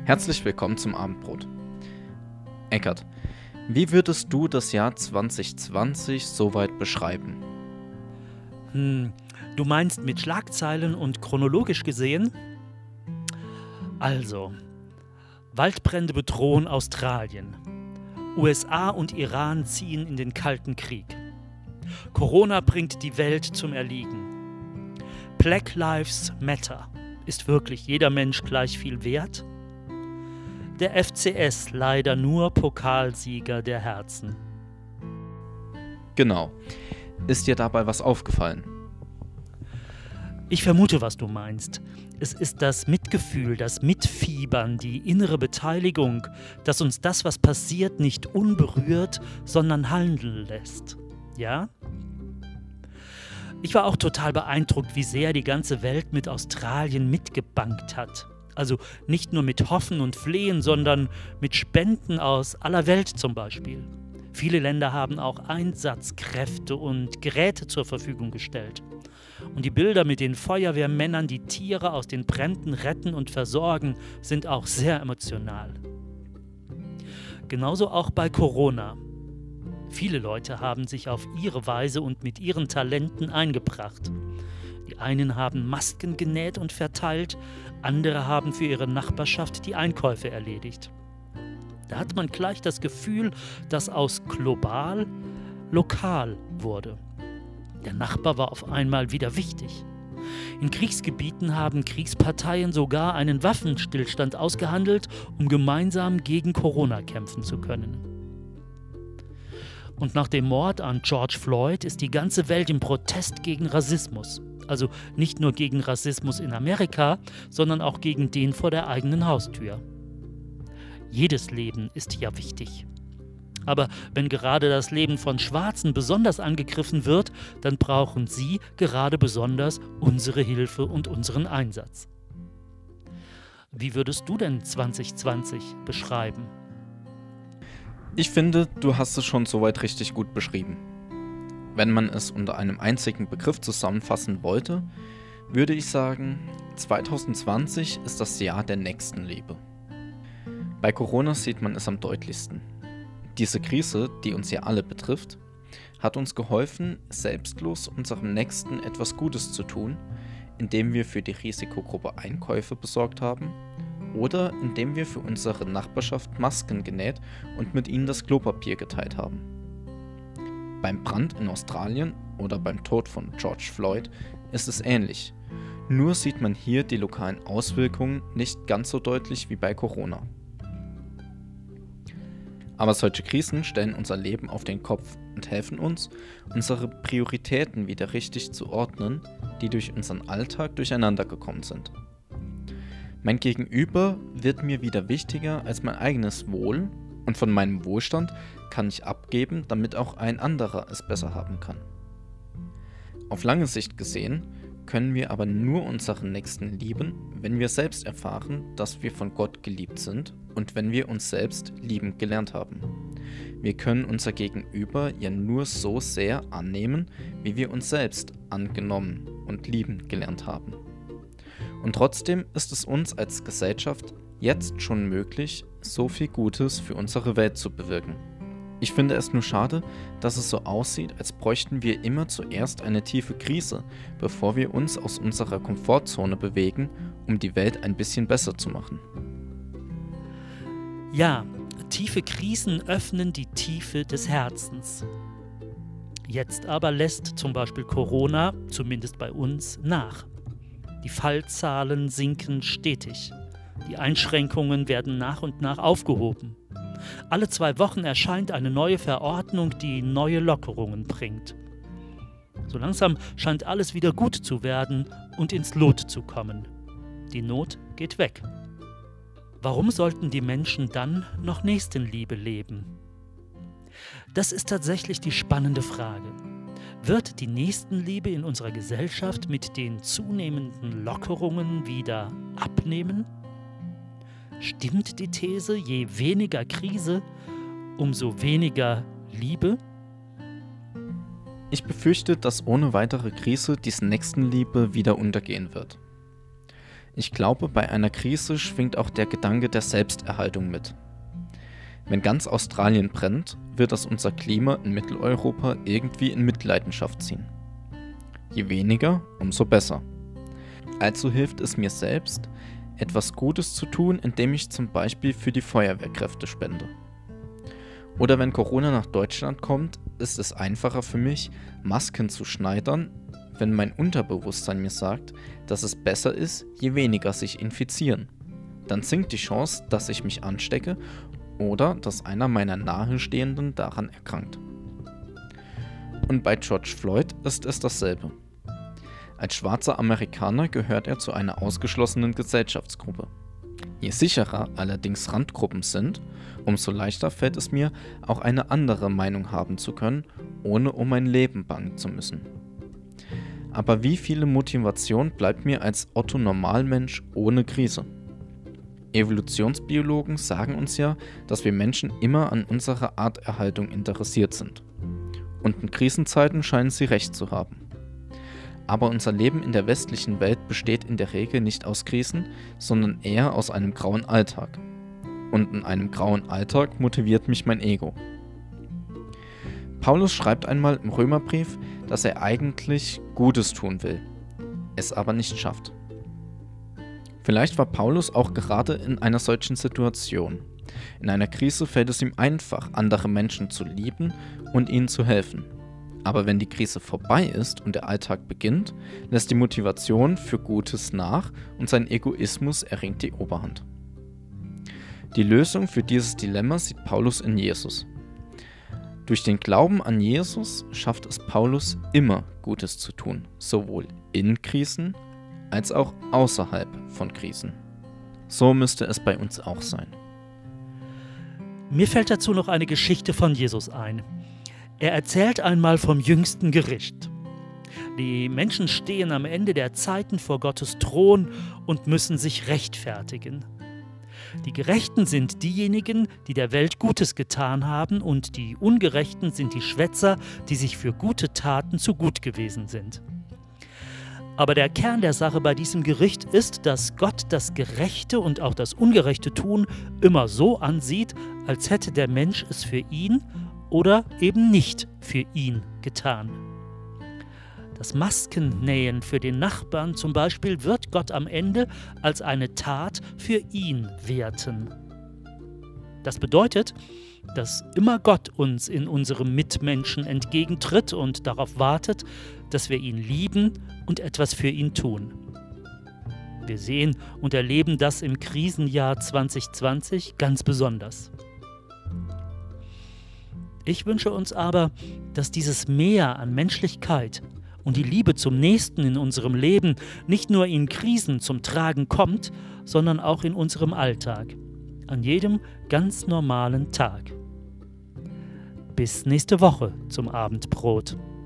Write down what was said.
Herzlich willkommen zum Abendbrot. Eckart, wie würdest du das Jahr 2020 soweit beschreiben? Du meinst mit Schlagzeilen und chronologisch gesehen? Also, Waldbrände bedrohen Australien. USA und Iran ziehen in den Kalten Krieg. Corona bringt die Welt zum Erliegen. Black Lives Matter. Ist wirklich jeder Mensch gleich viel wert? Der FCS leider nur Pokalsieger der Herzen. Genau. Ist dir dabei was aufgefallen? Ich vermute, was du meinst. Es ist das Mitgefühl, das Mitfiebern, die innere Beteiligung, dass uns das, was passiert, nicht unberührt, sondern handeln lässt. Ja? Ich war auch total beeindruckt, wie sehr die ganze Welt mit Australien mitgebankt hat. Also nicht nur mit Hoffen und Flehen, sondern mit Spenden aus aller Welt zum Beispiel. Viele Länder haben auch Einsatzkräfte und Geräte zur Verfügung gestellt. Und die Bilder mit den Feuerwehrmännern, die Tiere aus den Bränden retten und versorgen, sind auch sehr emotional. Genauso auch bei Corona. Viele Leute haben sich auf ihre Weise und mit ihren Talenten eingebracht. Die einen haben Masken genäht und verteilt, andere haben für ihre Nachbarschaft die Einkäufe erledigt. Da hat man gleich das Gefühl, dass aus global lokal wurde. Der Nachbar war auf einmal wieder wichtig. In Kriegsgebieten haben Kriegsparteien sogar einen Waffenstillstand ausgehandelt, um gemeinsam gegen Corona kämpfen zu können. Und nach dem Mord an George Floyd ist die ganze Welt im Protest gegen Rassismus. Also nicht nur gegen Rassismus in Amerika, sondern auch gegen den vor der eigenen Haustür. Jedes Leben ist ja wichtig. Aber wenn gerade das Leben von Schwarzen besonders angegriffen wird, dann brauchen sie gerade besonders unsere Hilfe und unseren Einsatz. Wie würdest du denn 2020 beschreiben? Ich finde, du hast es schon soweit richtig gut beschrieben. Wenn man es unter einem einzigen Begriff zusammenfassen wollte, würde ich sagen, 2020 ist das Jahr der Nächstenliebe. Bei Corona sieht man es am deutlichsten. Diese Krise, die uns ja alle betrifft, hat uns geholfen, selbstlos unserem Nächsten etwas Gutes zu tun, indem wir für die Risikogruppe Einkäufe besorgt haben oder indem wir für unsere Nachbarschaft Masken genäht und mit ihnen das Klopapier geteilt haben. Beim Brand in Australien oder beim Tod von George Floyd ist es ähnlich, nur sieht man hier die lokalen Auswirkungen nicht ganz so deutlich wie bei Corona. Aber solche Krisen stellen unser Leben auf den Kopf und helfen uns, unsere Prioritäten wieder richtig zu ordnen, die durch unseren Alltag durcheinander gekommen sind. Mein Gegenüber wird mir wieder wichtiger als mein eigenes Wohl und von meinem Wohlstand kann ich abgeben, damit auch ein anderer es besser haben kann. Auf lange Sicht gesehen können wir aber nur unseren Nächsten lieben, wenn wir selbst erfahren, dass wir von Gott geliebt sind und wenn wir uns selbst lieben gelernt haben. Wir können unser Gegenüber ja nur so sehr annehmen, wie wir uns selbst angenommen und lieben gelernt haben. Und trotzdem ist es uns als Gesellschaft jetzt schon möglich, so viel Gutes für unsere Welt zu bewirken. Ich finde es nur schade, dass es so aussieht, als bräuchten wir immer zuerst eine tiefe Krise, bevor wir uns aus unserer Komfortzone bewegen, um die Welt ein bisschen besser zu machen. Ja, tiefe Krisen öffnen die Tiefe des Herzens. Jetzt aber lässt zum Beispiel Corona, zumindest bei uns, nach. Die Fallzahlen sinken stetig. Die Einschränkungen werden nach und nach aufgehoben. Alle 2 Wochen erscheint eine neue Verordnung, die neue Lockerungen bringt. So langsam scheint alles wieder gut zu werden und ins Lot zu kommen. Die Not geht weg. Warum sollten die Menschen dann noch Nächstenliebe leben? Das ist tatsächlich die spannende Frage. Wird die Nächstenliebe in unserer Gesellschaft mit den zunehmenden Lockerungen wieder abnehmen? Stimmt die These, je weniger Krise, umso weniger Liebe? Ich befürchte, dass ohne weitere Krise diese Nächstenliebe wieder untergehen wird. Ich glaube, bei einer Krise schwingt auch der Gedanke der Selbsterhaltung mit. Wenn ganz Australien brennt, wird das unser Klima in Mitteleuropa irgendwie in Mitleidenschaft ziehen. Je weniger, umso besser. Also hilft es mir selbst, etwas Gutes zu tun, indem ich zum Beispiel für die Feuerwehrkräfte spende. Oder wenn Corona nach Deutschland kommt, ist es einfacher für mich, Masken zu schneidern, wenn mein Unterbewusstsein mir sagt, dass es besser ist, je weniger sich infizieren. Dann sinkt die Chance, dass ich mich anstecke oder dass einer meiner Nahestehenden daran erkrankt. Und bei George Floyd ist es dasselbe. Als schwarzer Amerikaner gehört er zu einer ausgeschlossenen Gesellschaftsgruppe. Je sicherer allerdings Randgruppen sind, umso leichter fällt es mir, auch eine andere Meinung haben zu können, ohne um mein Leben bangen zu müssen. Aber wie viele Motivation bleibt mir als Otto-Normalmensch ohne Krise? Evolutionsbiologen sagen uns ja, dass wir Menschen immer an unserer Arterhaltung interessiert sind. Und in Krisenzeiten scheinen sie recht zu haben. Aber unser Leben in der westlichen Welt besteht in der Regel nicht aus Krisen, sondern eher aus einem grauen Alltag. Und in einem grauen Alltag motiviert mich mein Ego. Paulus schreibt einmal im Römerbrief, dass er eigentlich Gutes tun will, es aber nicht schafft. Vielleicht war Paulus auch gerade in einer solchen Situation. In einer Krise fällt es ihm einfach, andere Menschen zu lieben und ihnen zu helfen. Aber wenn die Krise vorbei ist und der Alltag beginnt, lässt die Motivation für Gutes nach und sein Egoismus erringt die Oberhand. Die Lösung für dieses Dilemma sieht Paulus in Jesus. Durch den Glauben an Jesus schafft es Paulus immer Gutes zu tun, sowohl in Krisen als auch außerhalb von Krisen. So müsste es bei uns auch sein. Mir fällt dazu noch eine Geschichte von Jesus ein. Er erzählt einmal vom jüngsten Gericht. Die Menschen stehen am Ende der Zeiten vor Gottes Thron und müssen sich rechtfertigen. Die Gerechten sind diejenigen, die der Welt Gutes getan haben, und die Ungerechten sind die Schwätzer, die sich für gute Taten zu gut gewesen sind. Aber der Kern der Sache bei diesem Gericht ist, dass Gott das gerechte und auch das ungerechte Tun immer so ansieht, als hätte der Mensch es für ihn oder eben nicht für ihn getan. Das Maskennähen für den Nachbarn zum Beispiel wird Gott am Ende als eine Tat für ihn werten. Das bedeutet, dass immer Gott uns in unserem Mitmenschen entgegentritt und darauf wartet, dass wir ihn lieben und etwas für ihn tun. Wir sehen und erleben das im Krisenjahr 2020 ganz besonders. Ich wünsche uns aber, dass dieses Mehr an Menschlichkeit und die Liebe zum Nächsten in unserem Leben nicht nur in Krisen zum Tragen kommt, sondern auch in unserem Alltag, an jedem ganz normalen Tag. Bis nächste Woche zum Abendbrot.